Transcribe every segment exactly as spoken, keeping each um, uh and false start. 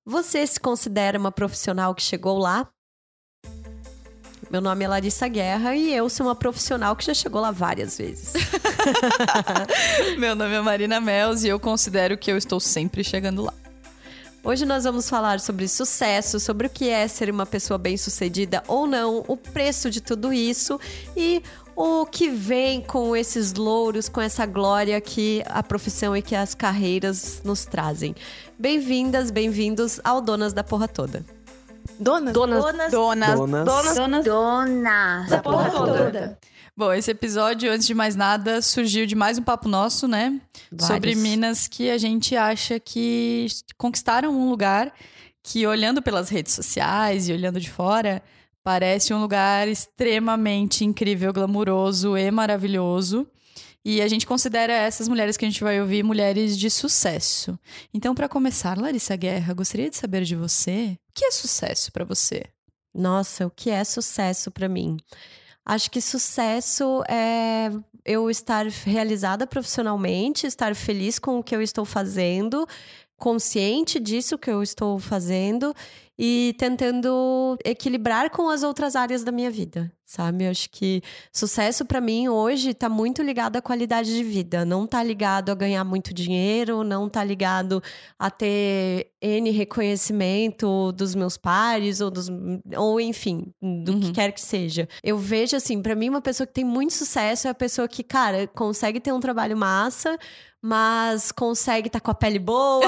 Você se considera uma profissional que chegou lá? Meu nome é Larissa Guerra e eu sou uma profissional que já chegou lá várias vezes. Meu nome é Marina Mels e eu considero que eu estou sempre chegando lá. Hoje nós vamos falar sobre sucesso, sobre o que é ser uma pessoa bem-sucedida ou não, o preço de tudo isso e o que vem com esses louros, com essa glória que a profissão e que as carreiras nos trazem. Bem-vindas, bem-vindos ao Donas da Porra Toda. Donas? Donas. Donas. Donas. Donas. Donas. Donas. Da porra toda. Bom, esse episódio, antes de mais nada, surgiu de mais um papo nosso, né? Vários. Sobre minas que a gente acha que conquistaram um lugar que, olhando pelas redes sociais e olhando de fora, parece um lugar extremamente incrível, glamuroso e maravilhoso. E a gente considera essas mulheres que a gente vai ouvir mulheres de sucesso. Então, para começar, Larissa Guerra, gostaria de saber de você, o que é sucesso para você? Nossa, o que é sucesso pra mim? Acho que sucesso é eu estar realizada profissionalmente, estar feliz com o que eu estou fazendo, consciente disso que eu estou fazendo e tentando equilibrar com as outras áreas da minha vida, sabe? Eu acho que sucesso pra mim hoje tá muito ligado à qualidade de vida, não tá ligado a ganhar muito dinheiro, não tá ligado a ter N reconhecimento dos meus pares ou dos ou enfim, do Uhum. que quer que seja. Eu vejo assim, pra mim uma pessoa que tem muito sucesso é a pessoa que, cara, consegue ter um trabalho massa, mas consegue estar tá com a pele boa.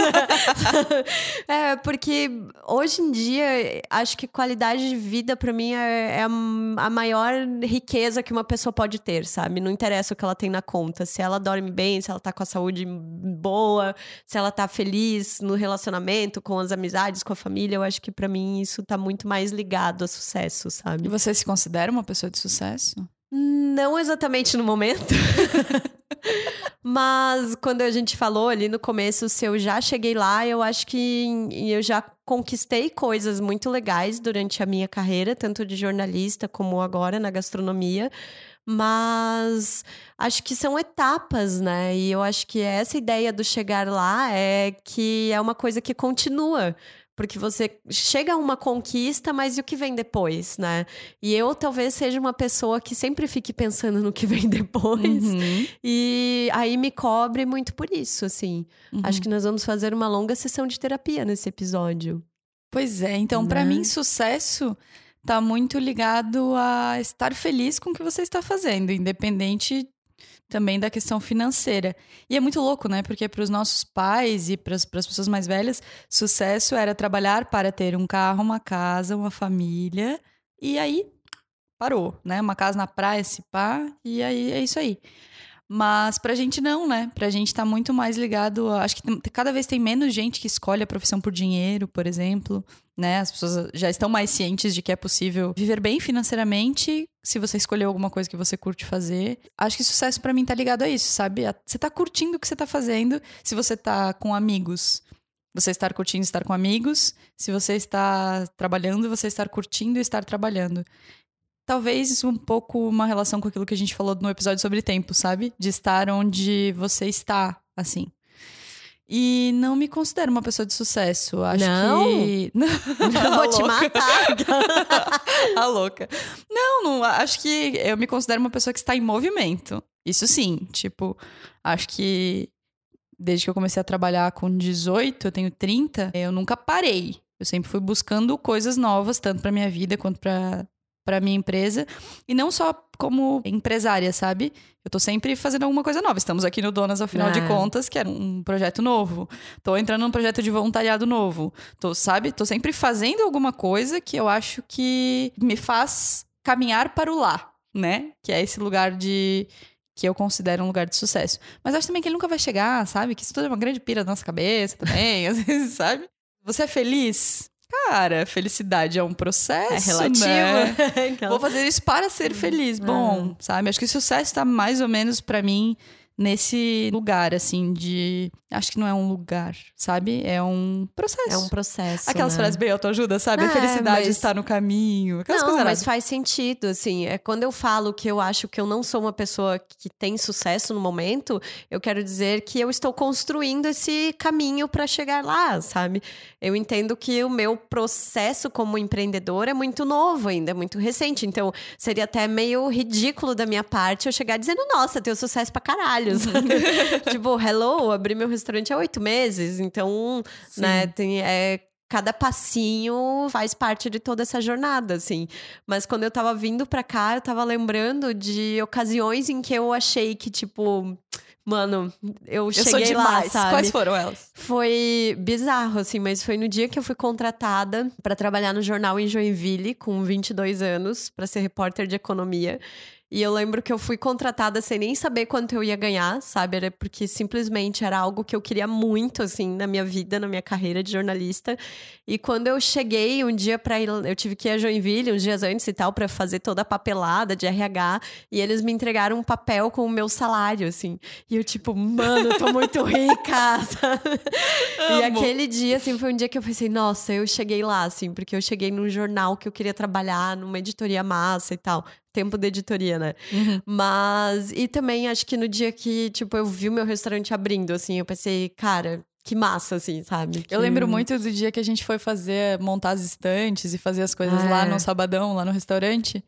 É, porque hoje em dia, acho que qualidade de vida pra mim é, é a, a maior riqueza que uma pessoa pode ter, sabe? Não interessa o que ela tem na conta. Se ela dorme bem, se ela tá com a saúde boa, se ela tá feliz no relacionamento, com as amizades, com a família, eu acho que pra mim isso tá muito mais ligado a sucesso, sabe? E você se considera uma pessoa de sucesso? Não exatamente no momento. Mas quando a gente falou ali no começo, se eu já cheguei lá, eu acho que eu já conquistei coisas muito legais durante a minha carreira, tanto de jornalista como agora na gastronomia. Mas acho que são etapas, né? E eu acho que essa ideia do chegar lá é que é uma coisa que continua. Porque você chega a uma conquista, mas e o que vem depois, né? E eu talvez seja uma pessoa que sempre fique pensando no que vem depois. Uhum. E aí me cobre muito por isso, assim. Uhum. Acho que nós vamos fazer uma longa sessão de terapia nesse episódio. Pois é, então Né? pra mim sucesso tá muito ligado a estar feliz com o que você está fazendo, independente também da questão financeira. E é muito louco, né? Porque para os nossos pais e para as pessoas mais velhas, sucesso era trabalhar para ter um carro, uma casa, uma família. E aí, parou, né? Uma casa na praia, se pá, e aí é isso aí. Mas pra gente não, né? Pra gente tá muito mais ligado... A, acho que tem, cada vez tem menos gente que escolhe a profissão por dinheiro, por exemplo, né? As pessoas já estão mais cientes de que é possível viver bem financeiramente se você escolher alguma coisa que você curte fazer. Acho que sucesso pra mim tá ligado a isso, sabe? A, você tá curtindo o que você tá fazendo. Se você tá com amigos, você estar curtindo estar com amigos. Se você está trabalhando, você estar curtindo estar trabalhando. Talvez um pouco uma relação com aquilo que a gente falou no episódio sobre tempo, sabe? De estar onde você está, assim. E não me considero uma pessoa de sucesso. Acho Não? que... Eu vou te matar. A louca. Não, não, acho que eu me considero uma pessoa que está em movimento. Isso sim, tipo, acho que desde que eu comecei a trabalhar com dezoito, eu tenho trinta, eu nunca parei. Eu sempre fui buscando coisas novas, tanto pra minha vida quanto pra... para minha empresa, e não só como empresária, sabe? Eu tô sempre fazendo alguma coisa nova. Estamos aqui no Donas, ao final Ah. de contas, que era um projeto novo. Tô entrando num projeto de voluntariado novo. Tô, sabe? Tô sempre fazendo alguma coisa que eu acho que me faz caminhar para o lá, né? Que é esse lugar de... que eu considero um lugar de sucesso. Mas acho também que ele nunca vai chegar, sabe? Que isso tudo é uma grande pira da nossa cabeça também, às vezes, sabe? Você é feliz? Cara, felicidade é um processo, É relativo. né? Aquela- Vou fazer isso para ser feliz. Bom, sabe? Acho que o sucesso tá mais ou menos pra mim nesse lugar, assim, de... Acho que não é um lugar, sabe? É um processo. É um processo, Aquelas né? frases bem autoajuda, sabe? É, A felicidade mas... está no caminho. Aquelas não, coisas mas erradas. faz sentido, assim. É quando eu falo que eu acho que eu não sou uma pessoa que tem sucesso no momento, eu quero dizer que eu estou construindo esse caminho para chegar lá, sabe? Eu entendo que o meu processo como empreendedora é muito novo ainda, é muito recente. Então, seria até meio ridículo da minha parte eu chegar dizendo, nossa, tenho sucesso pra caralho, sabe? Tipo, hello, abri meu restaurante há oito meses, então, Sim. né, tem... É, cada passinho faz parte de toda essa jornada, assim. Mas quando eu tava vindo pra cá, eu tava lembrando de ocasiões em que eu achei que, tipo... Mano, eu, Eu cheguei sou demais. lá, sabe? Quais foram elas? Foi bizarro, assim, mas foi no dia que eu fui contratada pra trabalhar no jornal em Joinville, com vinte e dois anos, pra ser repórter de economia. E eu lembro que eu fui contratada sem nem saber quanto eu ia ganhar, sabe? Era porque simplesmente era algo que eu queria muito, assim, na minha vida, na minha carreira de jornalista. E quando eu cheguei um dia pra ir... Eu tive que ir a Joinville uns dias antes e tal, pra fazer toda a papelada de R H. E eles me entregaram um papel com o meu salário, assim. E eu, tipo, mano, eu tô muito rica, sabe? E aquele dia, assim, foi um dia que eu pensei, nossa, eu cheguei lá, assim, porque eu cheguei num jornal que eu queria trabalhar, numa editoria massa e tal. Tempo de editoria, né? Uhum. Mas... E também, acho que no dia que, tipo, eu vi o meu restaurante abrindo, assim, eu pensei, cara... Que massa, assim, sabe? Que... Eu lembro muito do dia que a gente foi fazer, montar as estantes e fazer as coisas É. lá no sabadão, lá no restaurante.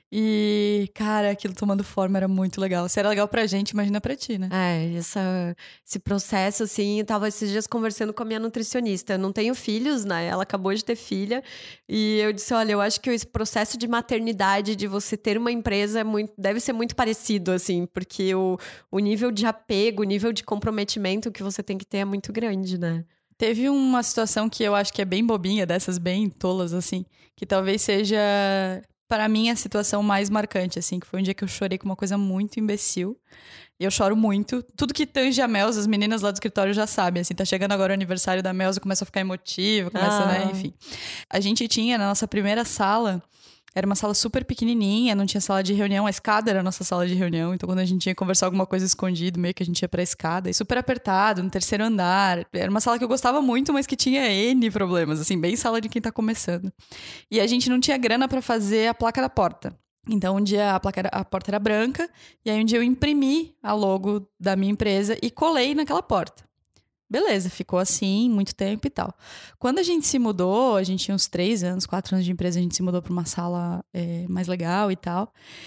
E, cara, aquilo tomando forma era muito legal. Se era legal pra gente, imagina pra ti, né? É, essa, esse processo, assim, eu tava esses dias conversando com a minha nutricionista. Eu não tenho filhos, né? Ela acabou de ter filha. E eu disse, olha, eu acho que esse processo de maternidade, de você ter uma empresa, é muito, deve ser muito parecido, assim. Porque o, o nível de apego, o nível de comprometimento que você tem que ter é muito grande, né? Teve uma situação que eu acho que é bem bobinha, dessas bem tolas, assim. Que talvez seja... Para mim, a situação mais marcante, assim, que foi um dia que eu chorei com uma coisa muito imbecil. E eu choro muito. Tudo que tange a Melza, as meninas lá do escritório já sabem, assim, tá chegando agora o aniversário da Melza, começa a ficar emotiva, começa, Ah. né, enfim. A gente tinha na nossa primeira sala, era uma sala super pequenininha, não tinha sala de reunião, a escada era a nossa sala de reunião, então quando a gente ia conversar alguma coisa escondido, meio que a gente ia pra escada, e super apertado, no terceiro andar. Era uma sala que eu gostava muito, mas que tinha N problemas, assim, bem sala de quem tá começando. E a gente não tinha grana pra fazer a placa da porta. Então, um dia a, placa era, a porta era branca, e aí um dia eu imprimi a logo da minha empresa e colei naquela porta. Beleza, ficou assim muito tempo e tal. Quando a gente se mudou, a gente tinha uns três anos, quatro anos de empresa, a gente se mudou para uma sala é, mais legal e tal.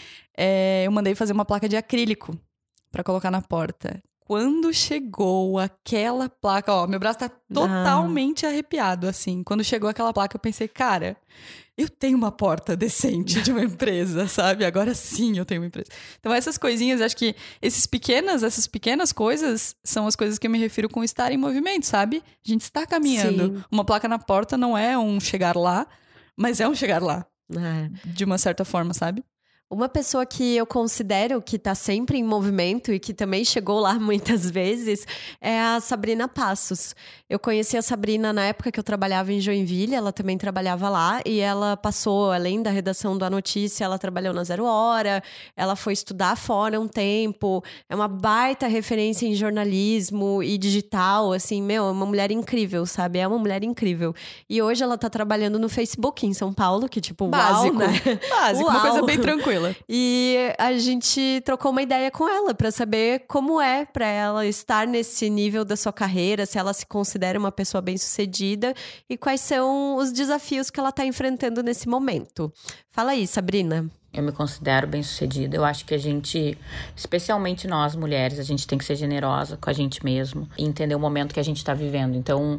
É, eu mandei fazer uma placa de acrílico para colocar na porta. Quando chegou aquela placa, ó, meu braço tá totalmente ah. arrepiado, assim. Quando chegou aquela placa, eu pensei, cara, eu tenho uma porta decente de uma empresa, sabe? Agora sim eu tenho uma empresa. Então essas coisinhas, acho que esses pequenas, essas pequenas coisas são as coisas que eu me refiro com estar em movimento, sabe? A gente está caminhando. Sim. Uma placa na porta não é um chegar lá, mas é um chegar lá. É. De uma certa forma, sabe? Uma pessoa que eu considero que tá sempre em movimento e que também chegou lá muitas vezes é a Sabrina Passos. Eu conheci a Sabrina na época que eu trabalhava em Joinville, ela também trabalhava lá e ela passou, além da redação da notícia, ela trabalhou na Zero Hora, ela foi estudar fora um tempo, é uma baita referência em jornalismo e digital, assim, meu, é uma mulher incrível, sabe? É uma mulher incrível. E hoje ela tá trabalhando no Facebook em São Paulo, que tipo, básico, uau, né? Básico, Uau. Uma coisa bem tranquila. E a gente trocou uma ideia com ela para saber como é para ela estar nesse nível da sua carreira, se ela se considera uma pessoa bem-sucedida e quais são os desafios que ela está enfrentando nesse momento. Fala aí, Sabrina. Eu me considero bem-sucedida. Eu acho que a gente, especialmente nós mulheres, a gente tem que ser generosa com a gente mesmo e entender o momento que a gente está vivendo. Então,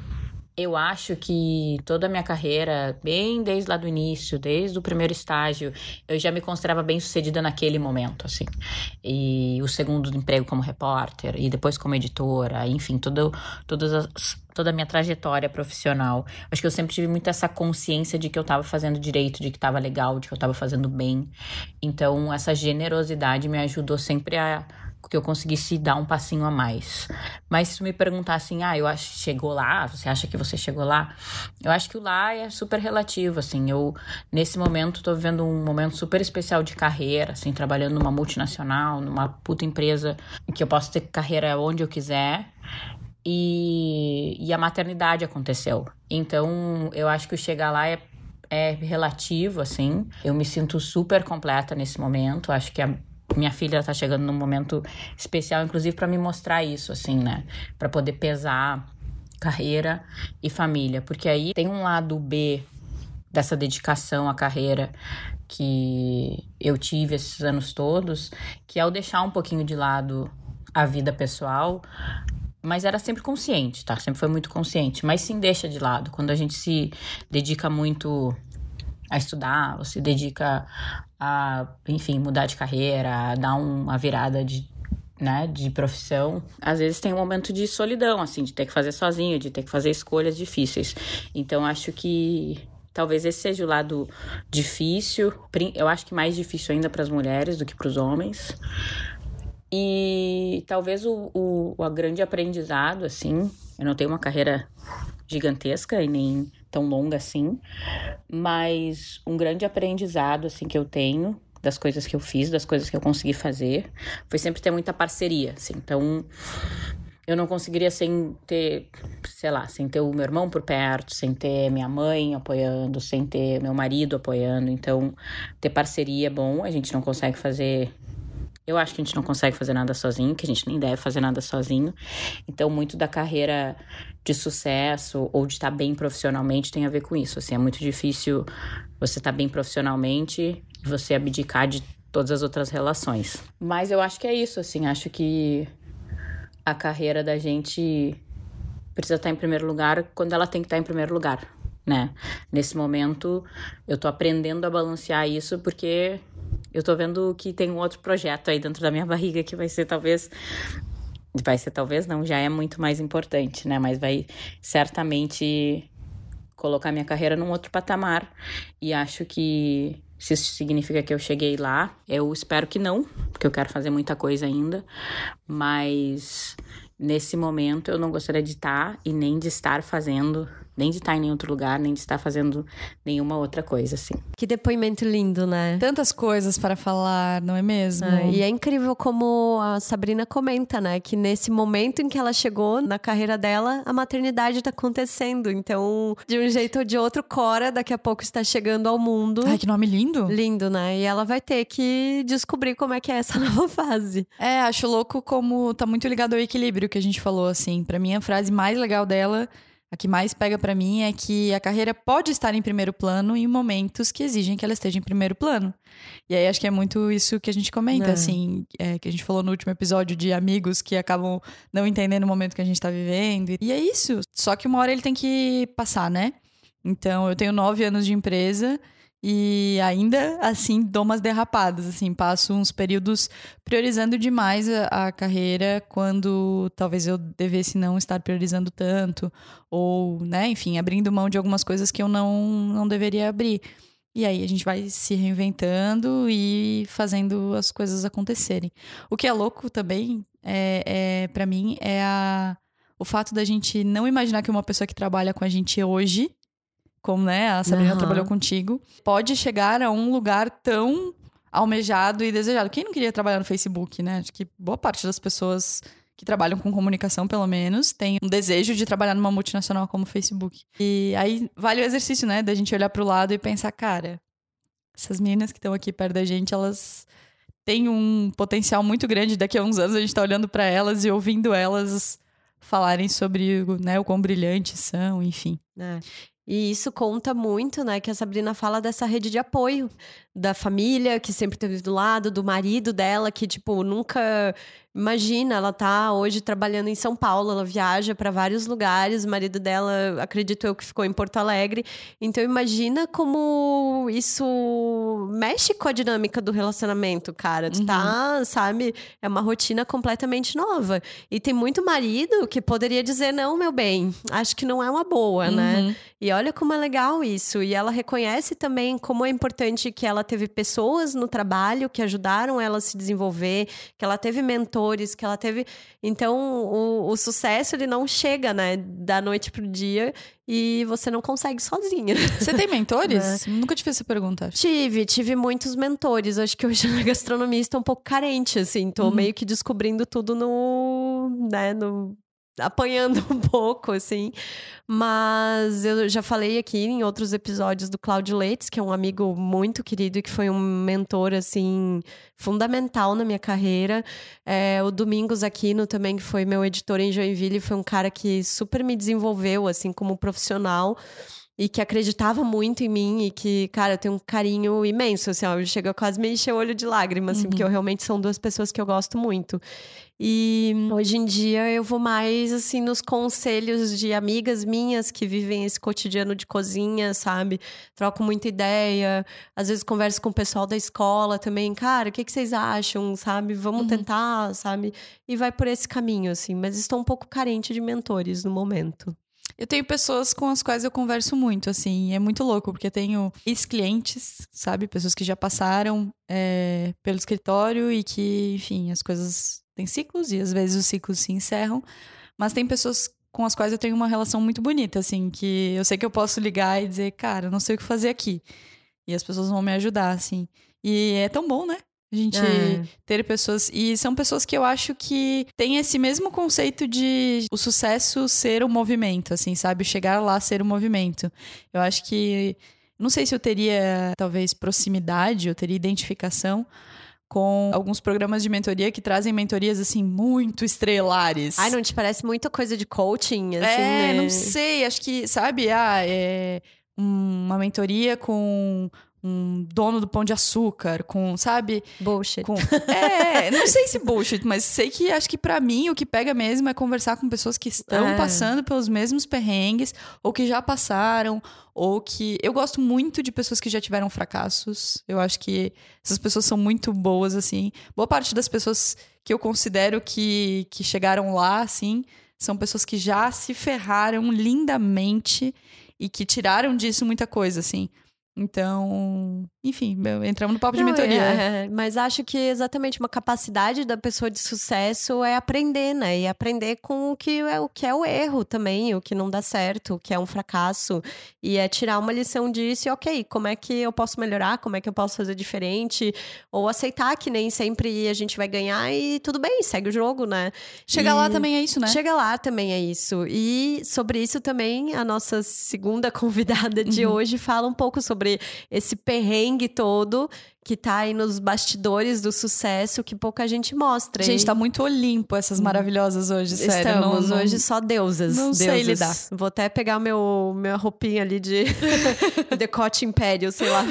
eu acho que toda a minha carreira, bem desde lá do início, desde o primeiro estágio, eu já me considerava bem-sucedida naquele momento, assim. E o segundo emprego como repórter, e depois como editora, enfim, tudo, todas as, toda a minha trajetória profissional. Acho que eu sempre tive muito essa consciência de que eu estava fazendo direito, de que estava legal, de que eu estava fazendo bem. Então, essa generosidade me ajudou sempre a que eu conseguisse dar um passinho a mais. Mas se tu me perguntar assim, ah, eu acho que chegou lá, você acha que você chegou lá? Eu acho que o lá é super relativo, assim, eu, nesse momento, tô vivendo um momento super especial de carreira, assim, trabalhando numa multinacional, numa puta empresa, que eu posso ter carreira onde eu quiser, e, e a maternidade aconteceu. Então, eu acho que o chegar lá é, é relativo, assim, eu me sinto super completa nesse momento, acho que a minha filha tá chegando num momento especial, inclusive para me mostrar isso, assim, né? Para poder pesar carreira e família. Porque aí tem um lado B dessa dedicação à carreira que eu tive esses anos todos, que é o deixar um pouquinho de lado a vida pessoal, mas era sempre consciente, tá? Sempre foi muito consciente, mas sim deixa de lado. Quando a gente se dedica muito a estudar, ou se dedica a, enfim, mudar de carreira, a dar uma virada de, né, de profissão, às vezes tem um momento de solidão, assim, de ter que fazer sozinho, de ter que fazer escolhas difíceis. Então, acho que talvez esse seja o lado difícil, eu acho que mais difícil ainda para as mulheres do que para os homens. E talvez o, o, o grande aprendizado, assim, eu não tenho uma carreira gigantesca e nem tão longa assim, mas um grande aprendizado, assim, que eu tenho das coisas que eu fiz, das coisas que eu consegui fazer, foi sempre ter muita parceria, assim. Então, eu não conseguiria sem ter, sei lá, sem ter o meu irmão por perto, sem ter minha mãe apoiando, sem ter meu marido apoiando. Então, ter parceria é bom, a gente não consegue fazer... Eu acho que a gente não consegue fazer nada sozinho, que a gente nem deve fazer nada sozinho. Então, muito da carreira de sucesso ou de estar bem profissionalmente tem a ver com isso. Assim, é muito difícil você estar bem profissionalmente e você abdicar de todas as outras relações. Mas eu acho que é isso, assim. Acho que a carreira da gente precisa estar em primeiro lugar quando ela tem que estar em primeiro lugar, né? Nesse momento, eu tô aprendendo a balancear isso porque... eu tô vendo que tem um outro projeto aí dentro da minha barriga que vai ser talvez... Vai ser talvez não, já é muito mais importante, né? Mas vai certamente colocar minha carreira num outro patamar. E acho que se isso significa que eu cheguei lá, eu espero que não, porque eu quero fazer muita coisa ainda. Mas nesse momento eu não gostaria de estar e nem de estar fazendo... nem de estar em nenhum outro lugar, nem de estar fazendo nenhuma outra coisa, assim. Que depoimento lindo, né? Tantas coisas para falar, não é mesmo? Ah, e é incrível como a Sabrina comenta, né? Que nesse momento em que ela chegou na carreira dela, a maternidade tá acontecendo. Então, de um jeito ou de outro, Cora daqui a pouco está chegando ao mundo. Ai, que nome lindo! Lindo, né? E ela vai ter que descobrir como é que é essa nova fase. É, acho louco como tá muito ligado ao equilíbrio que a gente falou, assim. Pra mim, a frase mais legal dela... a que mais pega pra mim é que a carreira pode estar em primeiro plano em momentos que exigem que ela esteja em primeiro plano. E aí acho que é muito isso que a gente comenta, é. assim, é, que a gente falou no último episódio de amigos que acabam não entendendo o momento que a gente tá vivendo. E é isso. Só que uma hora ele tem que passar, né? Então, eu tenho nove anos de empresa... e ainda assim dou umas derrapadas, assim, passo uns períodos priorizando demais a, a carreira quando talvez eu devesse não estar priorizando tanto, ou, né, enfim, abrindo mão de algumas coisas que eu não, não deveria abrir. E aí a gente vai se reinventando e fazendo as coisas acontecerem. O que é louco também, é, é, pra mim, é a, o fato da gente não imaginar que uma pessoa que trabalha com a gente hoje, como, né, a Sabrina uhum. trabalhou contigo, pode chegar a um lugar tão almejado e desejado. Quem não queria trabalhar no Facebook, né? Acho que boa parte das pessoas que trabalham com comunicação, pelo menos, tem um desejo de trabalhar numa multinacional como o Facebook. E aí vale o exercício, né, da gente olhar pro lado e pensar, cara, essas meninas que estão aqui perto da gente, elas têm um potencial muito grande. Daqui a uns anos a gente tá olhando para elas e ouvindo elas falarem sobre, né, o quão brilhantes são, enfim. É. E isso conta muito, né, que a Sabrina fala dessa rede de apoio da família, que sempre esteve do lado, do marido dela, que, tipo, nunca... Imagina, ela tá hoje trabalhando em São Paulo, ela viaja para vários lugares, o marido dela, acredito eu, que ficou em Porto Alegre. Então, imagina como isso mexe com a dinâmica do relacionamento, cara. Tu uhum. tá, sabe, é uma rotina completamente nova. E tem muito marido que poderia dizer, não, meu bem, acho que não é uma boa, uhum. né? E olha como é legal isso. E ela reconhece também como é importante que ela teve pessoas no trabalho que ajudaram ela a se desenvolver, que ela teve mentores, que ela teve... Então, o, o sucesso, ele não chega, né, da noite pro dia e você não consegue sozinha. Você tem mentores? É. Nunca te fiz essa pergunta. Tive, tive muitos mentores. Acho que hoje na gastronomia estou um pouco carente, assim. Tô uhum. meio que descobrindo tudo no... né, no... apanhando um pouco, assim. Mas eu já falei aqui em outros episódios do Cláudio Leites, que é um amigo muito querido e que foi um mentor, assim, fundamental na minha carreira. É, o Domingos Aquino também, que foi meu editor em Joinville, foi um cara que super me desenvolveu, assim, como profissional. E que acreditava muito em mim e que, cara, eu tenho um carinho imenso, assim, ó. Chega a quase me encher o olho de lágrimas, assim, uhum. porque eu realmente são duas pessoas que eu gosto muito. E hoje em dia eu vou mais, assim, nos conselhos de amigas minhas que vivem esse cotidiano de cozinha, sabe? Troco muita ideia. Às vezes converso com o pessoal da escola também. Cara, o que, que vocês acham, sabe? Vamos uhum. tentar, sabe? E vai por esse caminho, assim. Mas estou um pouco carente de mentores no momento. Eu tenho pessoas com as quais eu converso muito, assim, e é muito louco, porque eu tenho ex-clientes, sabe? Pessoas que já passaram é, pelo escritório e que, enfim, as coisas têm ciclos e às vezes os ciclos se encerram. Mas tem pessoas com as quais eu tenho uma relação muito bonita, assim, que eu sei que eu posso ligar e dizer, cara, não sei o que fazer aqui. E as pessoas vão me ajudar, assim. E é tão bom, né? A gente é. ter pessoas... E são pessoas que eu acho que têm esse mesmo conceito de o sucesso ser um movimento, assim, sabe? Chegar lá ser um movimento. Eu acho que... Não sei se eu teria, talvez, proximidade, eu teria identificação com alguns programas de mentoria que trazem mentorias, assim, muito estrelares. Ai, não te parece muita coisa de coaching, assim, É, né? não sei. Acho que, sabe? Ah, é uma mentoria com... um dono do Pão de Açúcar, com, sabe? Bullshit. Com... É, não sei se bullshit, mas sei que acho que pra mim o que pega mesmo é conversar com pessoas que estão é. passando pelos mesmos perrengues, ou que já passaram, ou que... Eu gosto muito de pessoas que já tiveram fracassos. Eu acho que essas pessoas são muito boas, assim. Boa parte das pessoas que eu considero que, que chegaram lá, assim, são pessoas que já se ferraram lindamente e que tiraram disso muita coisa, assim. Então, enfim, entramos no papo Não, de mentoria. É, é, mas acho que exatamente uma capacidade da pessoa de sucesso é aprender, né? E aprender com o que é o, que é o erro também, o que não dá certo, o que é um fracasso. E é tirar uma lição disso e, ok, como é que eu posso melhorar? Como é que eu posso fazer diferente? Ou aceitar que nem sempre a gente vai ganhar e tudo bem, segue o jogo, né? Chegar lá também é isso, né? Chega lá também é isso. E sobre isso também a nossa segunda convidada de uhum. hoje fala um pouco sobre esse perrengue todo que tá aí nos bastidores do sucesso que pouca gente mostra. Gente, tá muito Olimpo essas maravilhosas hoje, sério. Estamos, não, não, hoje só deusas. Não deusas. sei lidar. Vou até pegar meu, minha roupinha ali de decote império, sei lá.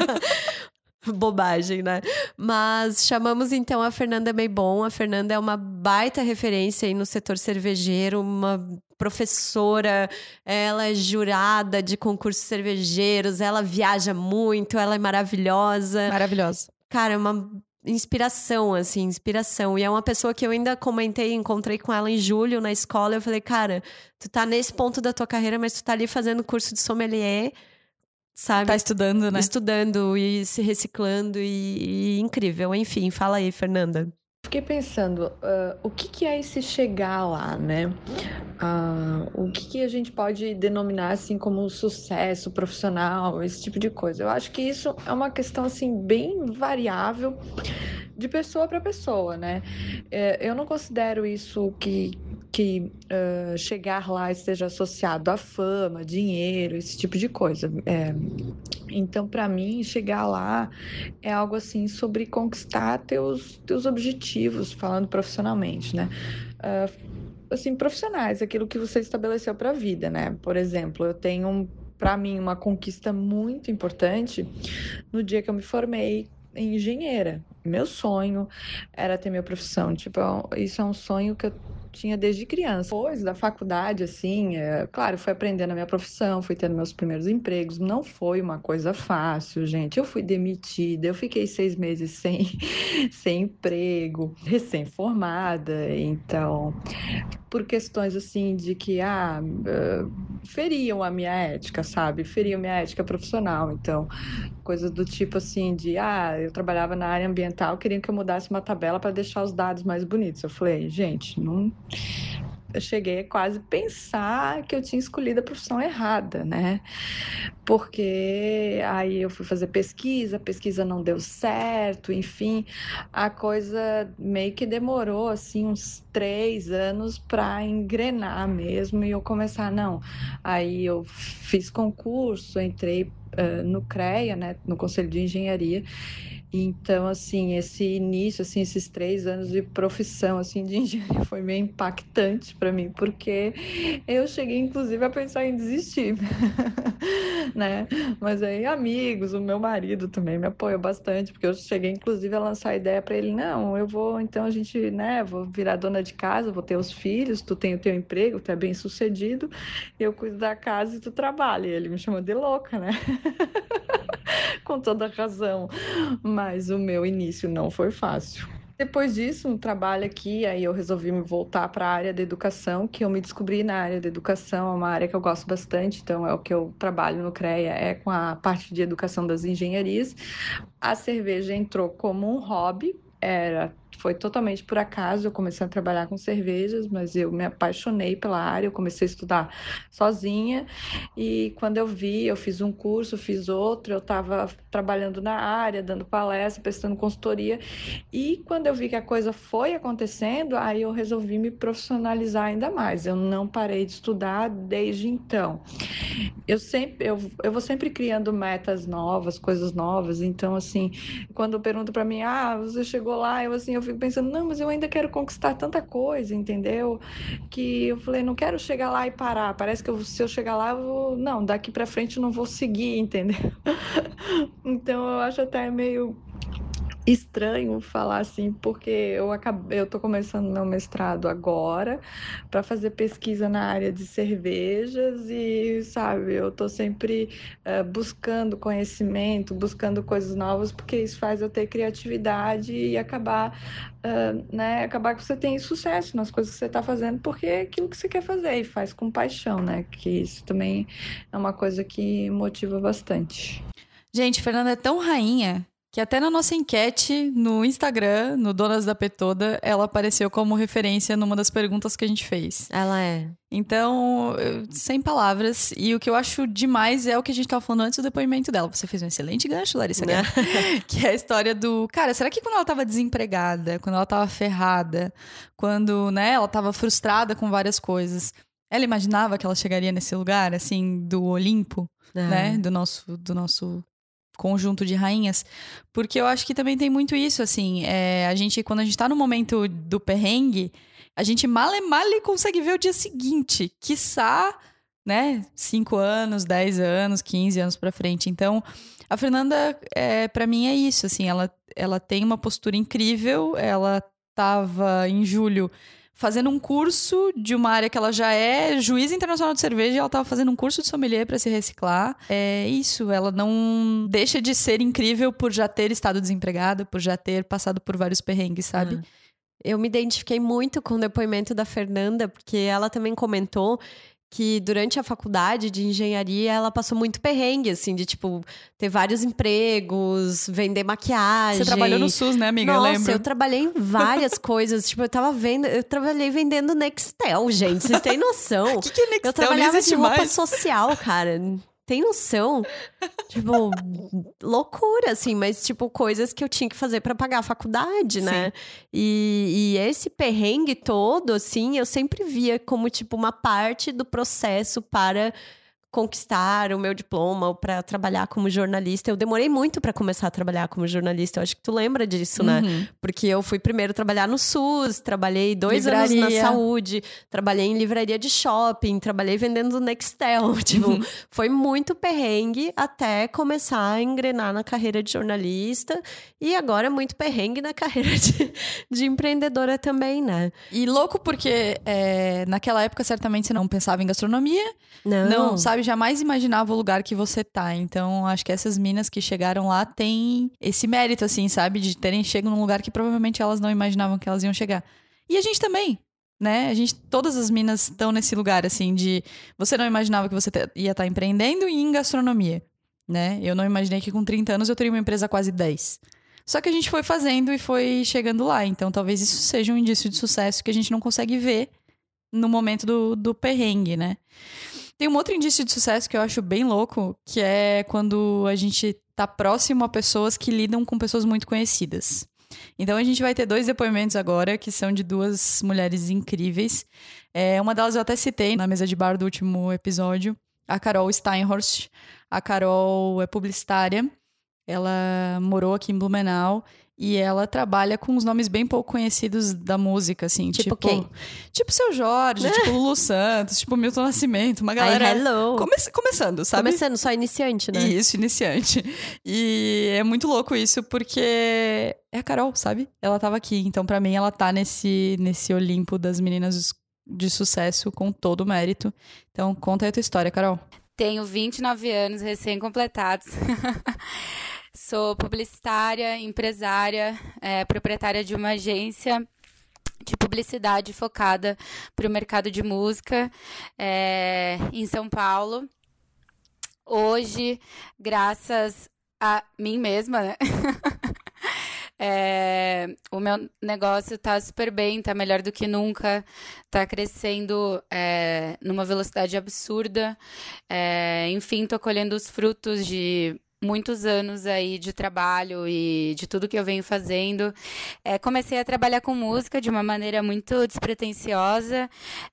Bobagem, né? Mas chamamos então a Fernanda Meibon. A Fernanda é uma baita referência aí no setor cervejeiro, uma professora, ela é jurada de concursos cervejeiros, ela viaja muito, ela é maravilhosa. Maravilhosa. Cara, é uma inspiração, assim, inspiração. E é uma pessoa que eu ainda comentei, encontrei com ela em julho na escola, eu falei, cara, tu tá nesse ponto da tua carreira, mas tu tá ali fazendo curso de sommelier, sabe? Tá estudando, né? Estudando e se reciclando e, e incrível. Enfim, fala aí, Fernanda. Fiquei pensando, uh, o que, que é esse chegar lá, né? Uh, o que, que a gente pode denominar assim como sucesso profissional, esse tipo de coisa. Eu acho que isso é uma questão assim bem variável de pessoa para pessoa, né? É, eu não considero isso que que uh, chegar lá esteja associado à fama, dinheiro, esse tipo de coisa. É, então, para mim, chegar lá é algo assim sobre conquistar teus, teus objetivos, falando profissionalmente, né? Uh, assim, profissionais, aquilo que você estabeleceu para a vida, né? Por exemplo, eu tenho, para mim, uma conquista muito importante no dia que eu me formei em engenheira. Meu sonho era ter minha profissão. Tipo, isso é um sonho que eu tinha desde criança. Depois da faculdade, assim, é, claro, fui aprendendo a minha profissão, fui tendo meus primeiros empregos. Não foi uma coisa fácil, gente. Eu fui demitida, eu fiquei seis meses sem, sem emprego, recém-formada. Então, por questões assim de que ah, uh, feriam a minha ética, sabe? Feriam minha ética profissional. Então, coisas do tipo assim de ah, eu trabalhava na área ambiental, queriam que eu mudasse uma tabela para deixar os dados mais bonitos. Eu falei, gente, não... Eu cheguei a quase pensar que eu tinha escolhido a profissão errada, né? Porque aí eu fui fazer pesquisa, a pesquisa não deu certo, enfim, a coisa meio que demorou assim uns três anos para engrenar mesmo e eu começar, não. Aí eu fiz concurso, entrei uh, no CREA, né, no Conselho de Engenharia. Então, assim, esse início, assim, esses três anos de profissão, assim, de engenharia foi meio impactante para mim, porque eu cheguei, inclusive, a pensar em desistir, né? Mas aí, amigos, o meu marido também me apoiou bastante, porque eu cheguei, inclusive, a lançar a ideia para ele, não, eu vou, então, a gente, né, vou virar dona de casa, vou ter os filhos, tu tem o teu emprego, tu é bem sucedido, eu cuido da casa e tu trabalha. E ele me chamou de louca, né? Com toda razão, mas o meu início não foi fácil. Depois disso, um trabalho aqui, aí eu resolvi me voltar para a área da educação, que eu me descobri na área da educação, é uma área que eu gosto bastante, então é o que eu trabalho no CREA, é com a parte de educação das engenharias. A cerveja entrou como um hobby, era... Foi totalmente por acaso, eu comecei a trabalhar com cervejas, mas eu me apaixonei pela área, eu comecei a estudar sozinha e quando eu vi, eu fiz um curso, fiz outro, eu estava trabalhando na área, dando palestra, prestando consultoria e quando eu vi que a coisa foi acontecendo, aí eu resolvi me profissionalizar ainda mais, eu não parei de estudar desde então. Eu sempre, eu, eu vou sempre criando metas novas, coisas novas, então assim, quando perguntam para mim, ah, você chegou lá, eu assim, eu fico pensando, não, mas eu ainda quero conquistar tanta coisa, entendeu? Que eu falei, não quero chegar lá e parar. Parece que eu, se eu chegar lá, eu vou... Não, daqui pra frente eu não vou seguir, entendeu? Então eu acho até meio estranho falar assim, porque eu acabei, eu tô começando meu mestrado agora para fazer pesquisa na área de cervejas e, sabe, eu tô sempre uh, buscando conhecimento, buscando coisas novas, porque isso faz eu ter criatividade e acabar, uh, né, acabar que você tem sucesso nas coisas que você tá fazendo, porque é aquilo que você quer fazer e faz com paixão, né, que isso também é uma coisa que motiva bastante. Gente, Fernanda é tão rainha que até na nossa enquete no Instagram, no Donas da P Toda, ela apareceu como referência numa das perguntas que a gente fez. Ela é. Então, sem palavras. E o que eu acho demais é o que a gente tava falando antes do depoimento dela. Você fez um excelente gancho, Larissa Guerra. Que é a história do... Cara, será que quando ela tava desempregada, quando ela tava ferrada, quando, né, ela tava frustrada com várias coisas, ela imaginava que ela chegaria nesse lugar, assim, do Olimpo, é. né? Do nosso... Do nosso conjunto de rainhas, porque eu acho que também tem muito isso, assim, é, a gente, quando a gente tá no momento do perrengue, a gente mal e mal consegue ver o dia seguinte, quiçá, né, cinco anos, dez anos, quinze anos pra frente. Então, a Fernanda, é, pra mim é isso, assim, ela, ela tem uma postura incrível, ela tava em julho fazendo um curso de uma área que ela já é juíza internacional de cerveja e ela estava fazendo um curso de sommelier para se reciclar. É isso, ela não deixa de ser incrível por já ter estado desempregada, por já ter passado por vários perrengues, sabe? Ah. Eu me identifiquei muito com o depoimento da Fernanda, porque ela também comentou que durante a faculdade de engenharia ela passou muito perrengue, assim, de tipo, ter vários empregos, vender maquiagem. Você trabalhou no SUS, né, amiga? Nossa, eu lembro. eu trabalhei em várias coisas. Tipo, eu tava vendo, eu trabalhei vendendo Nextel, gente. Vocês têm noção? O que, que é Nextel? Eu trabalhava de roupa mais. social, cara. Tem noção? Tipo, loucura, assim, mas, tipo, coisas que eu tinha que fazer pra pagar a faculdade, né? E, e esse perrengue todo, assim, eu sempre via como, tipo, uma parte do processo para conquistar o meu diploma ou para trabalhar como jornalista. Eu demorei muito para começar a trabalhar como jornalista. Eu acho que tu lembra disso, uhum. né? Porque eu fui primeiro trabalhar no SUS, trabalhei dois livraria. anos na saúde, trabalhei em livraria de shopping, trabalhei vendendo Nextel. Tipo, uhum. foi muito perrengue até começar a engrenar na carreira de jornalista. E agora é muito perrengue na carreira de, de empreendedora também, né? E louco porque é, naquela época certamente você não pensava em gastronomia. Não. Não, sabe? Jamais imaginava o lugar que você tá. Então, acho que essas minas que chegaram lá têm esse mérito, assim, sabe? De terem chegado num lugar que provavelmente elas não imaginavam que elas iam chegar. E a gente também. né? A gente, todas as minas estão nesse lugar, assim, de você não imaginava que você ia estar empreendendo e em gastronomia, né? Eu não imaginei que com trinta anos eu teria uma empresa quase dez. Só que a gente foi fazendo e foi chegando lá. Então, talvez isso seja um indício de sucesso que a gente não consegue ver no momento do, do perrengue, né? Tem um outro indício de sucesso que eu acho bem louco, que é quando a gente tá próximo a pessoas que lidam com pessoas muito conhecidas. Então, a gente vai ter dois depoimentos agora, que são de duas mulheres incríveis. É, uma delas eu até citei na mesa de bar do último episódio, a Carol Steinhorst. A Carol é publicitária, ela morou aqui em Blumenau e ela trabalha com uns nomes bem pouco conhecidos da música, assim. Tipo, tipo quem? Tipo Seu Jorge, tipo Lulu Santos, tipo Milton Nascimento, uma galera... Ai, hello. Come começando, sabe? Começando, só iniciante, né? Isso, iniciante. E é muito louco isso, porque é a Carol, sabe? Ela tava aqui, então pra mim ela tá nesse, nesse Olimpo das meninas de sucesso com todo o mérito. Então conta aí a tua história, Carol. Tenho vinte e nove anos recém-completados. Sou publicitária, empresária, é, proprietária de uma agência de publicidade focada para o mercado de música é, em São Paulo. Hoje, graças a mim mesma, né? É, o meu negócio tá super bem, tá melhor do que nunca, tá crescendo é, numa velocidade absurda. É, enfim, tô colhendo os frutos de muitos anos aí de trabalho e de tudo que eu venho fazendo. É, comecei a trabalhar com música de uma maneira muito despretensiosa.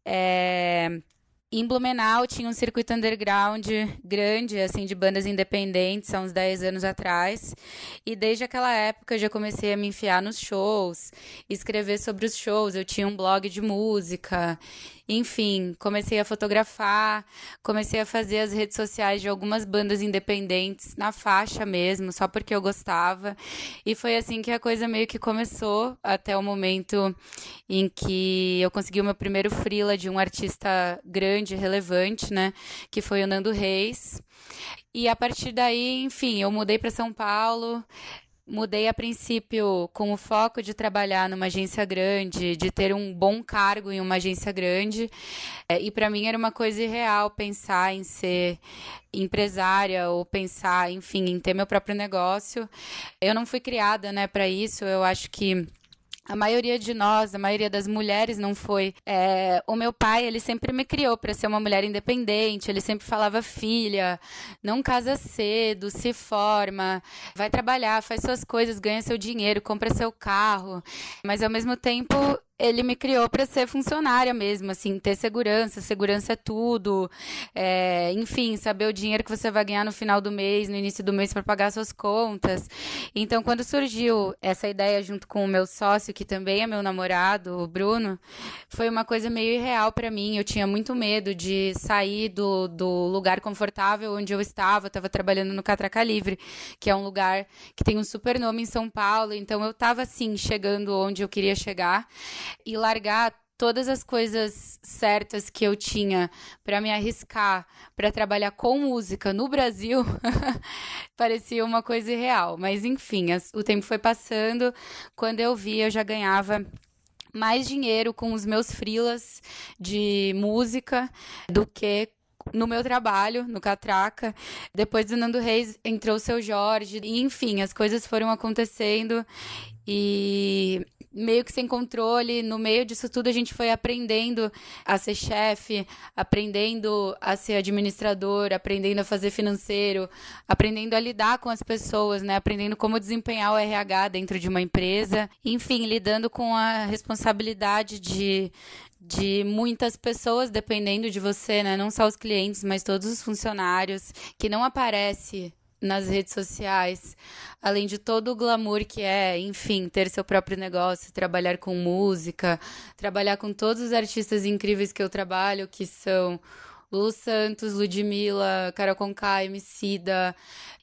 É, Em Blumenau tinha um circuito underground grande, assim, de bandas independentes, há uns dez anos atrás. E desde aquela época eu já comecei a me enfiar nos shows, escrever sobre os shows. Eu tinha um blog de música. Enfim, comecei a fotografar, comecei a fazer as redes sociais de algumas bandas independentes, na faixa mesmo, só porque eu gostava. E foi assim que a coisa meio que começou, até o momento em que eu consegui o meu primeiro freela de um artista grande, relevante, né? Que foi o Nando Reis. E a partir daí, enfim, eu mudei para São Paulo. Mudei a princípio com o foco de trabalhar numa agência grande, de ter um bom cargo em uma agência grande. É, e para mim era uma coisa irreal pensar em ser empresária ou pensar, enfim, em ter meu próprio negócio. Eu não fui criada, né, para isso. Eu acho que a maioria de nós, a maioria das mulheres não foi. É, o meu pai, ele sempre me criou para ser uma mulher independente. Ele sempre falava, filha, não casa cedo, se forma, vai trabalhar, faz suas coisas, ganha seu dinheiro, compra seu carro. Mas, ao mesmo tempo, ele me criou para ser funcionária mesmo, assim, ter segurança, segurança é tudo, é, enfim, saber o dinheiro que você vai ganhar no final do mês, no início do mês para pagar suas contas. Então, quando surgiu essa ideia junto com o meu sócio, que também é meu namorado, o Bruno, foi uma coisa meio irreal para mim. Eu tinha muito medo de sair do, do lugar confortável onde eu estava. Eu estava trabalhando no Catraca Livre, que é um lugar que tem um super nome em São Paulo. Então, eu estava, assim, chegando onde eu queria chegar. E largar todas as coisas certas que eu tinha para me arriscar, para trabalhar com música no Brasil, parecia uma coisa irreal. Mas, enfim, as, o tempo foi passando. Quando eu vi, eu já ganhava mais dinheiro com os meus freelas de música do que no meu trabalho, no Catraca. Depois do Nando Reis, entrou o Seu Jorge. E, enfim, as coisas foram acontecendo e meio que sem controle. No meio disso tudo, a gente foi aprendendo a ser chefe, aprendendo a ser administrador, aprendendo a fazer financeiro, aprendendo a lidar com as pessoas, né? Aprendendo como desempenhar o R H dentro de uma empresa. Enfim, lidando com a responsabilidade de... de muitas pessoas dependendo de você, né? Não só os clientes, mas todos os funcionários, que não aparece nas redes sociais, além de todo o glamour que é, enfim, ter seu próprio negócio, trabalhar com música, trabalhar com todos os artistas incríveis que eu trabalho, que são Lulu Santos, Ludmilla, Carol Conká, Emicida,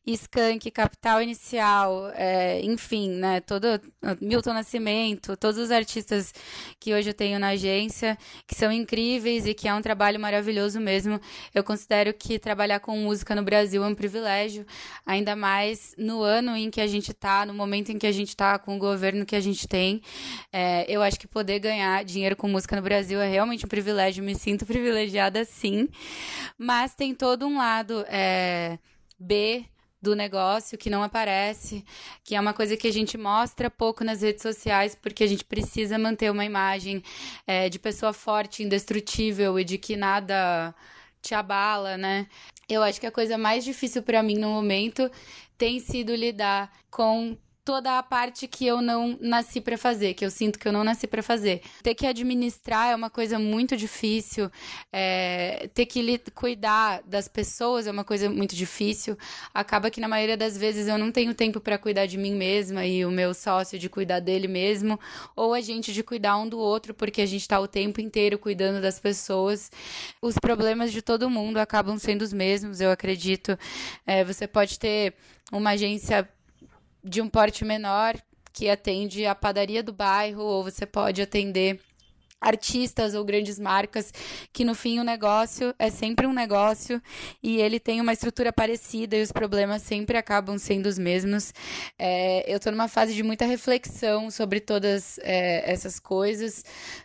Skank, Capital Inicial, é, enfim, né, todo Milton Nascimento, todos os artistas que hoje eu tenho na agência, que são incríveis e que é um trabalho maravilhoso mesmo. Eu considero que trabalhar com música no Brasil é um privilégio, ainda mais no ano em que a gente está, no momento em que a gente está, com o governo que a gente tem. É, eu acho que poder ganhar dinheiro com música no Brasil é realmente um privilégio, me sinto privilegiada sim, mas tem todo um lado é, B do negócio que não aparece, que é uma coisa que a gente mostra pouco nas redes sociais, porque a gente precisa manter uma imagem é, de pessoa forte, indestrutível e de que nada te abala, né? Eu acho que a coisa mais difícil para mim no momento tem sido lidar com toda a parte que eu não nasci para fazer, que eu sinto que eu não nasci para fazer. Ter que administrar é uma coisa muito difícil, é, ter que li- cuidar das pessoas é uma coisa muito difícil. Acaba que na maioria das vezes eu não tenho tempo para cuidar de mim mesma e o meu sócio de cuidar dele mesmo, ou a gente de cuidar um do outro, porque a gente tá o tempo inteiro cuidando das pessoas. Os problemas de todo mundo acabam sendo os mesmos, eu acredito. É, você pode ter uma agência de um porte menor, que atende a padaria do bairro, ou você pode atender artistas ou grandes marcas, que no fim o negócio é sempre um negócio e ele tem uma estrutura parecida e os problemas sempre acabam sendo os mesmos. É, eu estou numa fase de muita reflexão sobre todas é, essas coisas,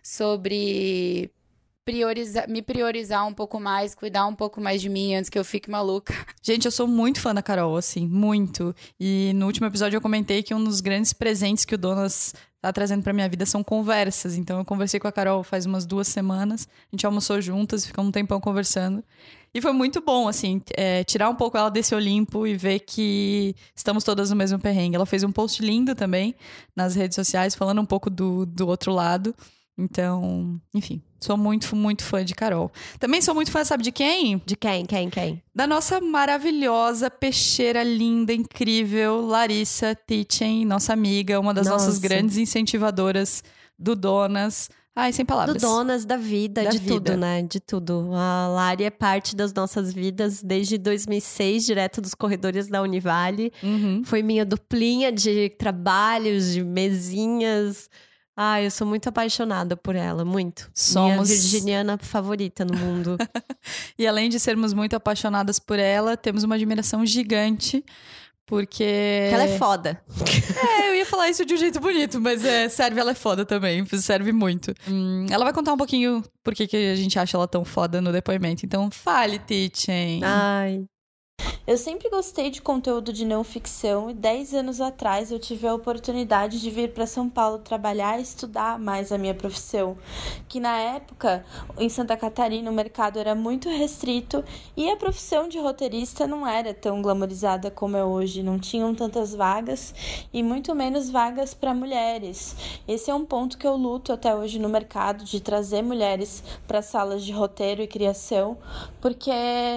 sobre priorizar, me priorizar um pouco mais, cuidar um pouco mais de mim antes que eu fique maluca. Gente, eu sou muito fã da Carol, assim, muito. E no último episódio eu comentei que um dos grandes presentes que o Donas tá trazendo pra minha vida são conversas. Então eu conversei com a Carol faz umas duas semanas, a gente almoçou juntas, ficamos um tempão conversando. E foi muito bom, assim, é, tirar um pouco ela desse Olimpo e ver que estamos todas no mesmo perrengue. Ela fez um post lindo também nas redes sociais, falando um pouco do, do outro lado. Então, enfim, sou muito, muito fã de Carol. Também sou muito fã, sabe de quem? De quem, quem, quem? Da nossa maravilhosa, peixeira, linda, incrível, Larissa Tietjen, nossa amiga, uma das nossa. nossas grandes incentivadoras do Donas. Ai, sem palavras. Do Donas, da vida, da de vida. tudo, né? De tudo. A Lari é parte das nossas vidas desde dois mil e seis, direto dos corredores da Univale. Uhum. Foi minha duplinha de trabalhos, de mesinhas. Ai, eu sou muito apaixonada por ela, muito. Somos... Minha virginiana favorita no mundo. E além de sermos muito apaixonadas por ela, temos uma admiração gigante, porque... Porque ela é foda. É, eu ia falar isso de um jeito bonito, mas é, serve, ela é foda também, serve muito. Hum, ela vai contar um pouquinho por que que a gente acha ela tão foda no depoimento. Então, fale, Tietjen. Ai... Eu sempre gostei de conteúdo de não ficção e dez anos atrás eu tive a oportunidade de vir para São Paulo trabalhar e estudar mais a minha profissão, que na época em Santa Catarina o mercado era muito restrito e a profissão de roteirista não era tão glamorizada como é hoje, não tinham tantas vagas e muito menos vagas para mulheres. Esse é um ponto que eu luto até hoje no mercado, de trazer mulheres para salas de roteiro e criação, porque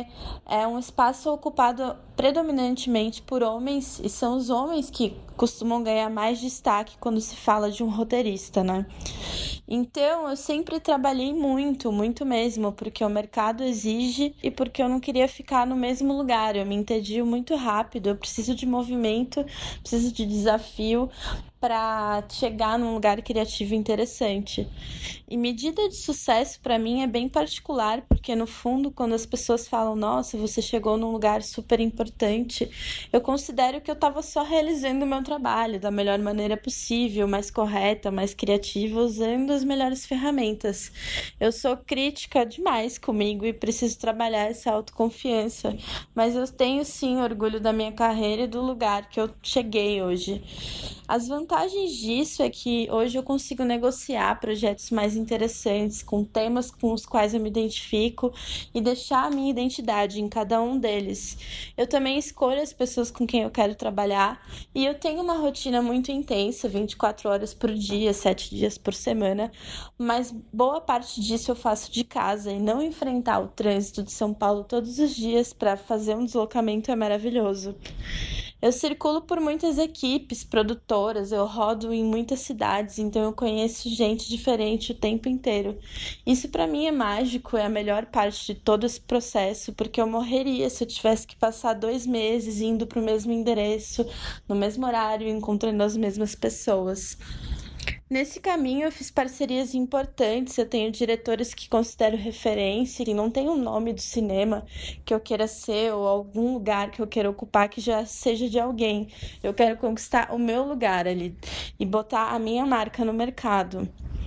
é um espaço ocupado predominantemente por homens e são os homens que costumam ganhar mais destaque quando se fala de um roteirista, né? Então, eu sempre trabalhei muito, muito mesmo, porque o mercado exige e porque eu não queria ficar no mesmo lugar. Eu me entedio muito rápido, eu preciso de movimento, preciso de desafio para chegar num lugar criativo interessante. E medida de sucesso para mim é bem particular, porque no fundo, quando as pessoas falam, nossa, você chegou num lugar super importante, eu considero que eu estava só realizando o meu trabalho da melhor maneira possível, mais correta, mais criativa, usando as melhores ferramentas. Eu sou crítica demais comigo e preciso trabalhar essa autoconfiança, mas eu tenho sim orgulho da minha carreira e do lugar que eu cheguei hoje. As vantagens disso é que hoje eu consigo negociar projetos mais interessantes, com temas com os quais eu me identifico e deixar a minha identidade em cada um deles. Eu também escolho as pessoas com quem eu quero trabalhar e eu tenho uma rotina muito intensa, vinte e quatro horas por dia, sete dias por semana, mas boa parte disso eu faço de casa e não enfrentar o trânsito de São Paulo todos os dias para fazer um deslocamento é maravilhoso. Eu circulo por muitas equipes, produtoras, eu rodo em muitas cidades, então eu conheço gente diferente o tempo inteiro. Isso pra mim é mágico, é a melhor parte de todo esse processo, porque eu morreria se eu tivesse que passar dois meses indo pro mesmo endereço, no mesmo horário, encontrando as mesmas pessoas. Nesse caminho eu fiz parcerias importantes, eu tenho diretores que considero referência, e não tem um nome do cinema que eu queira ser ou algum lugar que eu queira ocupar que já seja de alguém. Eu quero conquistar o meu lugar ali e botar a minha marca no mercado.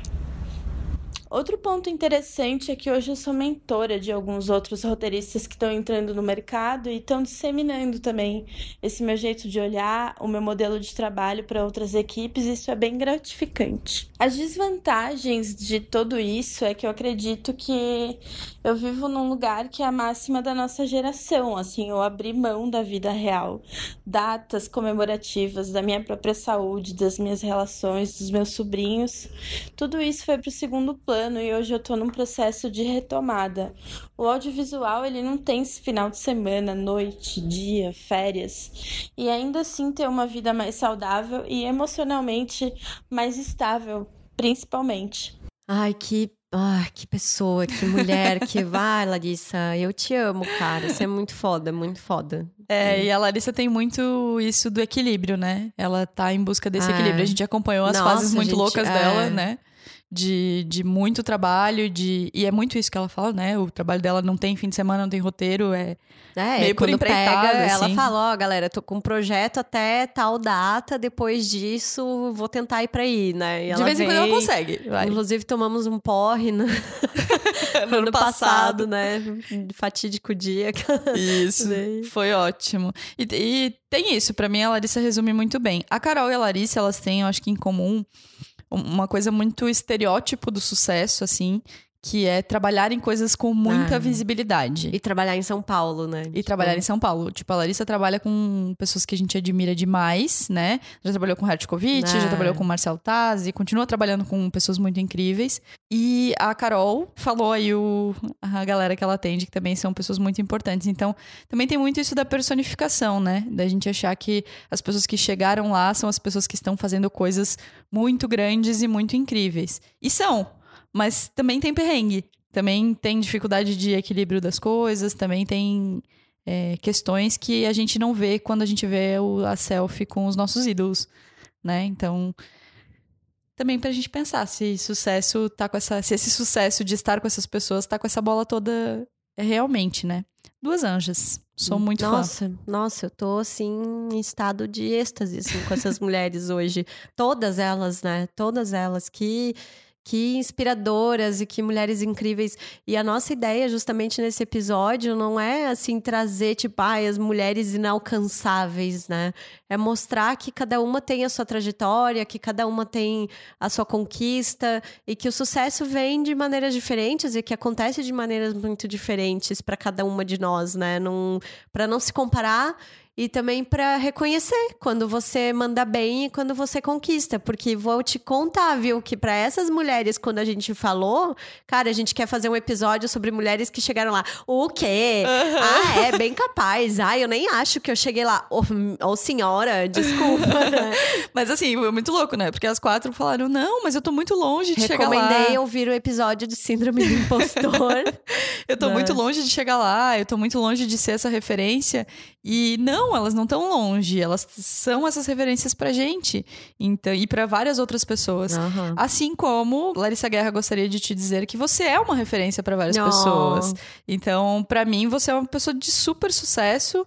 Outro ponto interessante é que hoje eu sou mentora de alguns outros roteiristas que estão entrando no mercado e estão disseminando também esse meu jeito de olhar, o meu modelo de trabalho para outras equipes, isso é bem gratificante. As desvantagens de tudo isso é que eu acredito que eu vivo num lugar que é a máxima da nossa geração, assim, eu abri mão da vida real, datas comemorativas, da minha própria saúde, das minhas relações, dos meus sobrinhos, tudo isso foi para o segundo plano. E hoje eu tô num processo de retomada. O audiovisual, ele não tem esse final de semana, noite, dia, férias. E ainda assim ter uma vida mais saudável e emocionalmente mais estável, principalmente. Ai, que, ai, que pessoa, que mulher, que vai, Larissa. Eu te amo, cara. Você é muito foda, muito foda. É, e a Larissa tem muito isso do equilíbrio, né? Ela tá em busca desse ah, equilíbrio. A gente acompanhou as nossa, fases muito gente, loucas é. dela, né? De, de muito trabalho, de e é muito isso que ela fala, né? O trabalho dela não tem fim de semana, não tem roteiro, é, é meio por quando empreitada, pega, assim. ela fala, ó, galera, tô com um projeto até tal data, depois disso vou tentar ir pra aí, né? E de ela vez em quando vem, ela consegue. Vai. Inclusive tomamos um porre no, no ano passado, né? Fatídico dia. Isso, foi ótimo. E, e tem isso, pra mim a Larissa resume muito bem. A Carol e a Larissa, elas têm, eu acho que em comum, uma coisa muito estereótipo do sucesso, assim, que é trabalhar em coisas com muita ah, visibilidade. E trabalhar em São Paulo, né? E trabalhar em São Paulo. Tipo, a Larissa trabalha com pessoas que a gente admira demais, né? Já trabalhou com Hertkovich, ah. já trabalhou com Marcel Tazzi, continua trabalhando com pessoas muito incríveis. E a Carol falou aí o, a galera que ela atende, que também são pessoas muito importantes. Então, também tem muito isso da personificação, né? Da gente achar que as pessoas que chegaram lá são as pessoas que estão fazendo coisas muito grandes e muito incríveis. E são! Mas também tem perrengue, também tem dificuldade de equilíbrio das coisas, também tem é, questões que a gente não vê quando a gente vê o, a selfie com os nossos ídolos, né? Então, também pra gente pensar se sucesso tá com essa, se esse sucesso de estar com essas pessoas tá com essa bola toda realmente, né? Duas anjas. Sou muito nossa, fã. Nossa, eu tô, assim, em estado de êxtase, assim, com essas mulheres hoje. Todas elas, né? Todas elas que... Que inspiradoras e que mulheres incríveis. E a nossa ideia, justamente nesse episódio, não é, assim, trazer, tipo, ah, as mulheres inalcançáveis, né? É mostrar que cada uma tem a sua trajetória, que cada uma tem a sua conquista e que o sucesso vem de maneiras diferentes e que acontece de maneiras muito diferentes para cada uma de nós, né? Não, para não se comparar. E também para reconhecer quando você manda bem e quando você conquista. Porque vou te contar, viu? Que para essas mulheres, quando a gente falou... Cara, a gente quer fazer um episódio sobre mulheres que chegaram lá. O quê? Uhum. Ah, é? Bem capaz. Ah, eu nem acho que eu cheguei lá. Ô, oh, oh, senhora, desculpa. Mas assim, foi muito louco, né? Porque as quatro falaram, não, mas eu tô muito longe de chegar lá. Recomendei ouvir o episódio de Síndrome do Impostor. Eu tô não. muito longe de chegar lá. Eu tô muito longe de ser essa referência. E não, Não, elas não estão longe, elas são essas referências pra gente, então, e pra várias outras pessoas. Uhum. Assim como Larissa Guerra gostaria de te dizer que você é uma referência pra várias oh. pessoas. Então, pra mim, você é uma pessoa de super sucesso,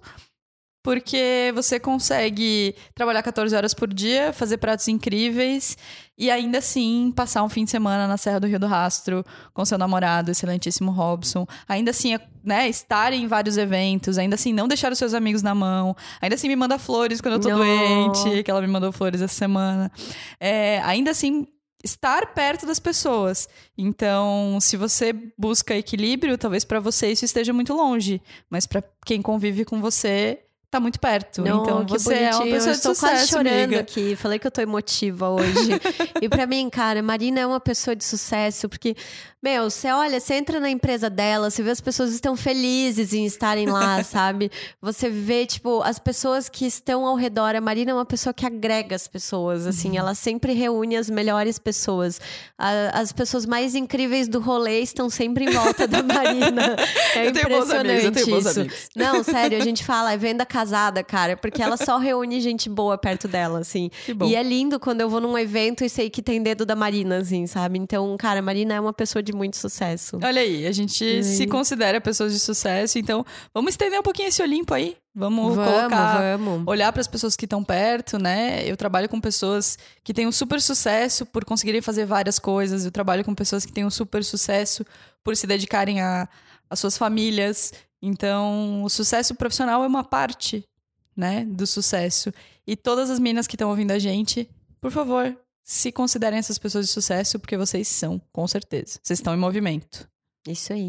porque você consegue trabalhar quatorze horas por dia, fazer pratos incríveis e ainda assim passar um fim de semana na Serra do Rio do Rastro com seu namorado, excelentíssimo Robson. Ainda assim, né, estar em vários eventos, ainda assim não deixar os seus amigos na mão, ainda assim me manda flores quando eu tô não. doente, que ela me mandou flores essa semana. É, ainda assim, estar perto das pessoas. Então, se você busca equilíbrio, talvez pra você isso esteja muito longe, mas pra quem convive com você... tá muito perto. Não, então que você é uma bonitinho. pessoa Eu de estou sucesso, quase chorando amiga. aqui. Falei que eu tô emotiva hoje. E pra mim, cara, Marina é uma pessoa de sucesso, porque, meu, você olha, você entra na empresa dela, você vê as pessoas estão felizes em estarem lá, sabe? Você vê, tipo, as pessoas que estão ao redor. A Marina é uma pessoa que agrega as pessoas, assim, uhum. Ela sempre reúne as melhores pessoas. A, as pessoas mais incríveis do rolê estão sempre em volta da Marina. É eu tenho bons amigos, eu tenho bons isso. Amigos. Não, sério, a gente fala, é venda casada, cara, porque ela só reúne gente boa perto dela, assim. Que bom. E é lindo quando eu vou num evento e sei que tem dedo da Marina, assim, sabe? Então, cara, a Marina é uma pessoa de muito sucesso. Olha aí, a gente e... se considera pessoas de sucesso, então vamos estender um pouquinho esse Olimpo aí. Vamos, vamos colocar, vamos. olhar para as pessoas que estão perto, né? Eu trabalho com pessoas que têm um super sucesso por conseguirem fazer várias coisas. Eu trabalho com pessoas que têm um super sucesso por se dedicarem a, a suas famílias. Então, o sucesso profissional é uma parte, né, do sucesso. E todas as meninas que estão ouvindo a gente, por favor, se considerem essas pessoas de sucesso, porque vocês são, com certeza. Vocês estão em movimento. Isso aí.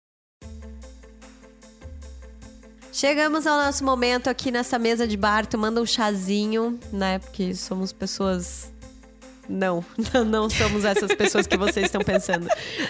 Chegamos ao nosso momento aqui nessa mesa de bar, tomando um chazinho, né? Porque somos pessoas... Não, não somos essas pessoas que vocês estão pensando.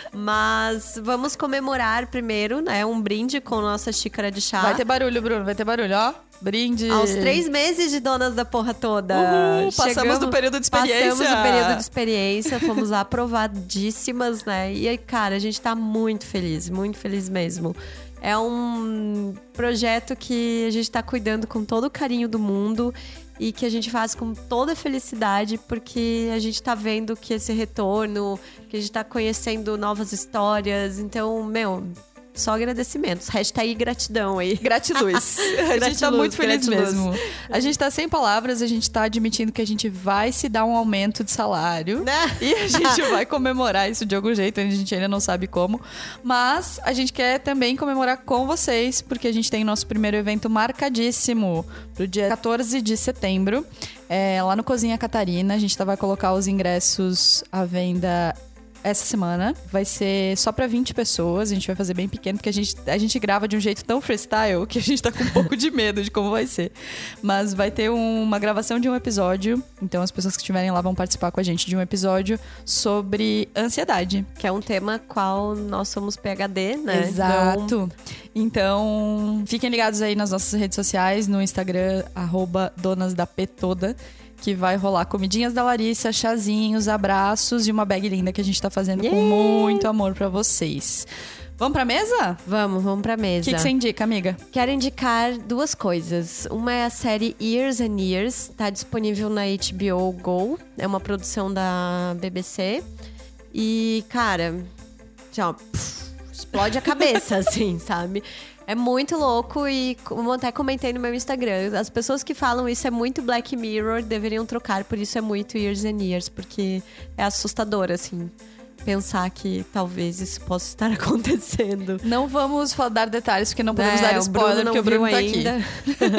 Mas vamos comemorar primeiro, né? Um brinde com nossa xícara de chá. Vai ter barulho, Bruno, vai ter barulho, ó. Brinde. Aos três meses de donas da porra toda. Uhul, passamos Chegamos, do período de experiência. Passamos do período de experiência, fomos aprovadíssimas, né? E aí, cara, a gente tá muito feliz, muito feliz mesmo. É um projeto que a gente tá cuidando com todo o carinho do mundo e que a gente faz com toda a felicidade, porque a gente tá vendo que esse retorno, que a gente tá conhecendo novas histórias. Então, meu... Só agradecimentos. Hashtag gratidão aí. Gratiluz. A gente tá muito feliz gratiluz. mesmo. A gente tá sem palavras, a gente tá admitindo que a gente vai se dar um aumento de salário. E a gente vai comemorar isso de algum jeito, a gente ainda não sabe como. Mas a gente quer também comemorar com vocês, porque a gente tem o nosso primeiro evento marcadíssimo pro dia quatorze de setembro. É, lá no Cozinha Catarina. A gente tá, vai colocar os ingressos à venda... Essa semana vai ser só pra vinte pessoas. A gente vai fazer bem pequeno, porque a gente, a gente grava de um jeito tão freestyle que a gente tá com um pouco de medo de como vai ser. Mas vai ter um, uma gravação de um episódio. Então as pessoas que estiverem lá vão participar com a gente de um episódio sobre ansiedade. Que é um tema qual nós somos P H D, né? Exato. Então, fiquem ligados aí nas nossas redes sociais, no Instagram, arroba donasdaptoda. Que vai rolar comidinhas da Larissa, chazinhos, abraços e uma bag linda que a gente tá fazendo yeah. com muito amor pra vocês. Vamos pra mesa? Vamos, vamos pra mesa. O que, que você indica, amiga? Quero indicar duas coisas. Uma é a série Years and Years, tá disponível na H B O Go. É uma produção da B B C. E, cara, já, pff, explode a cabeça, assim, sabe? É muito louco e, como até comentei no meu Instagram, as pessoas que falam isso é muito Black Mirror, deveriam trocar, por isso é muito Years and Years, porque é assustador, assim, pensar que talvez isso possa estar acontecendo. Não vamos dar detalhes, porque não podemos é, dar spoiler, porque o Bruno tá ainda. aqui.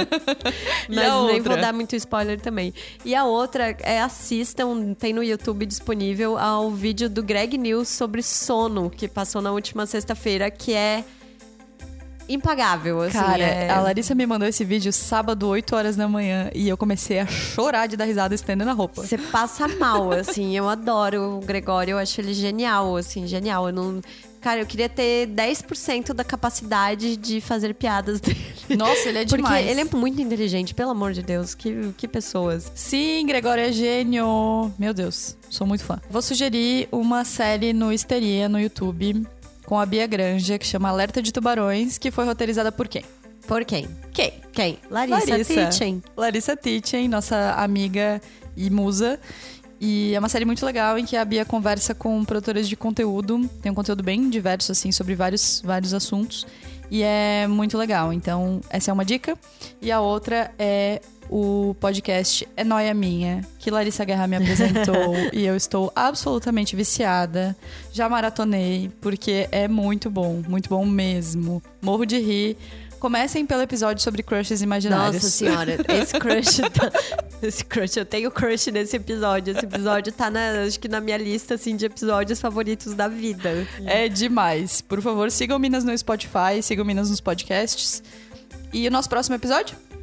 Mas nem vou dar muito spoiler também. E a outra é assistam, tem no YouTube disponível, ao vídeo do Greg News sobre sono, que passou na última sexta-feira, que é... impagável, assim. Cara, é... a Larissa me mandou esse vídeo sábado, oito horas da manhã, e eu comecei a chorar de dar risada estendendo a roupa. Você passa mal, assim. Eu adoro o Gregório, eu acho ele genial, assim, genial. Eu não... Cara, eu queria ter dez por cento da capacidade de fazer piadas dele. Nossa, ele é Porque demais. Porque ele é muito inteligente, pelo amor de Deus. Que, que pessoas. Sim, Gregório é gênio. Meu Deus, sou muito fã. Vou sugerir uma série no Histeria, no YouTube, com a Bia Granja, que chama Alerta de Tubarões, que foi roteirizada por quem? Por quem? Quem? Quem? Larissa, Larissa Titchen. Larissa Titchen, nossa amiga e musa. E é uma série muito legal em que a Bia conversa com produtores de conteúdo. Tem um conteúdo bem diverso, assim, sobre vários, vários assuntos. E é muito legal. Então, essa é uma dica. E a outra é o podcast É Nóia Minha, que Larissa Guerra me apresentou. E eu estou absolutamente viciada. Já maratonei, porque é muito bom. Muito bom mesmo. Morro de rir. Comecem pelo episódio sobre crushes imaginários. Nossa senhora, esse crush tá... Esse crush, eu tenho crush nesse episódio. Esse episódio tá, na, acho que na minha lista, assim, de episódios favoritos da vida. É demais. Por favor, sigam Minas no Spotify, sigam Minas nos podcasts. E o nosso próximo episódio?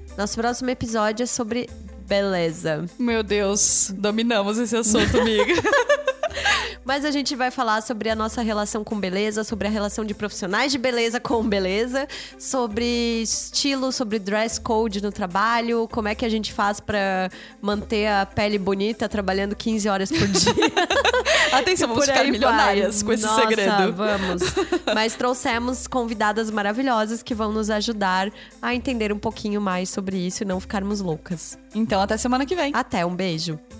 Nosso próximo episódio é sobre beleza. Meu Deus, dominamos esse assunto, amiga. Mas a gente vai falar sobre a nossa relação com beleza, sobre a relação de profissionais de beleza com beleza, sobre estilo, sobre dress code no trabalho, como é que a gente faz pra manter a pele bonita trabalhando quinze horas por dia. Atenção, vamos ficar milionárias com esse Nossa, segredo. Vamos. Mas trouxemos convidadas maravilhosas que vão nos ajudar a entender um pouquinho mais sobre isso e não ficarmos loucas. Então, até semana que vem. Até, um beijo.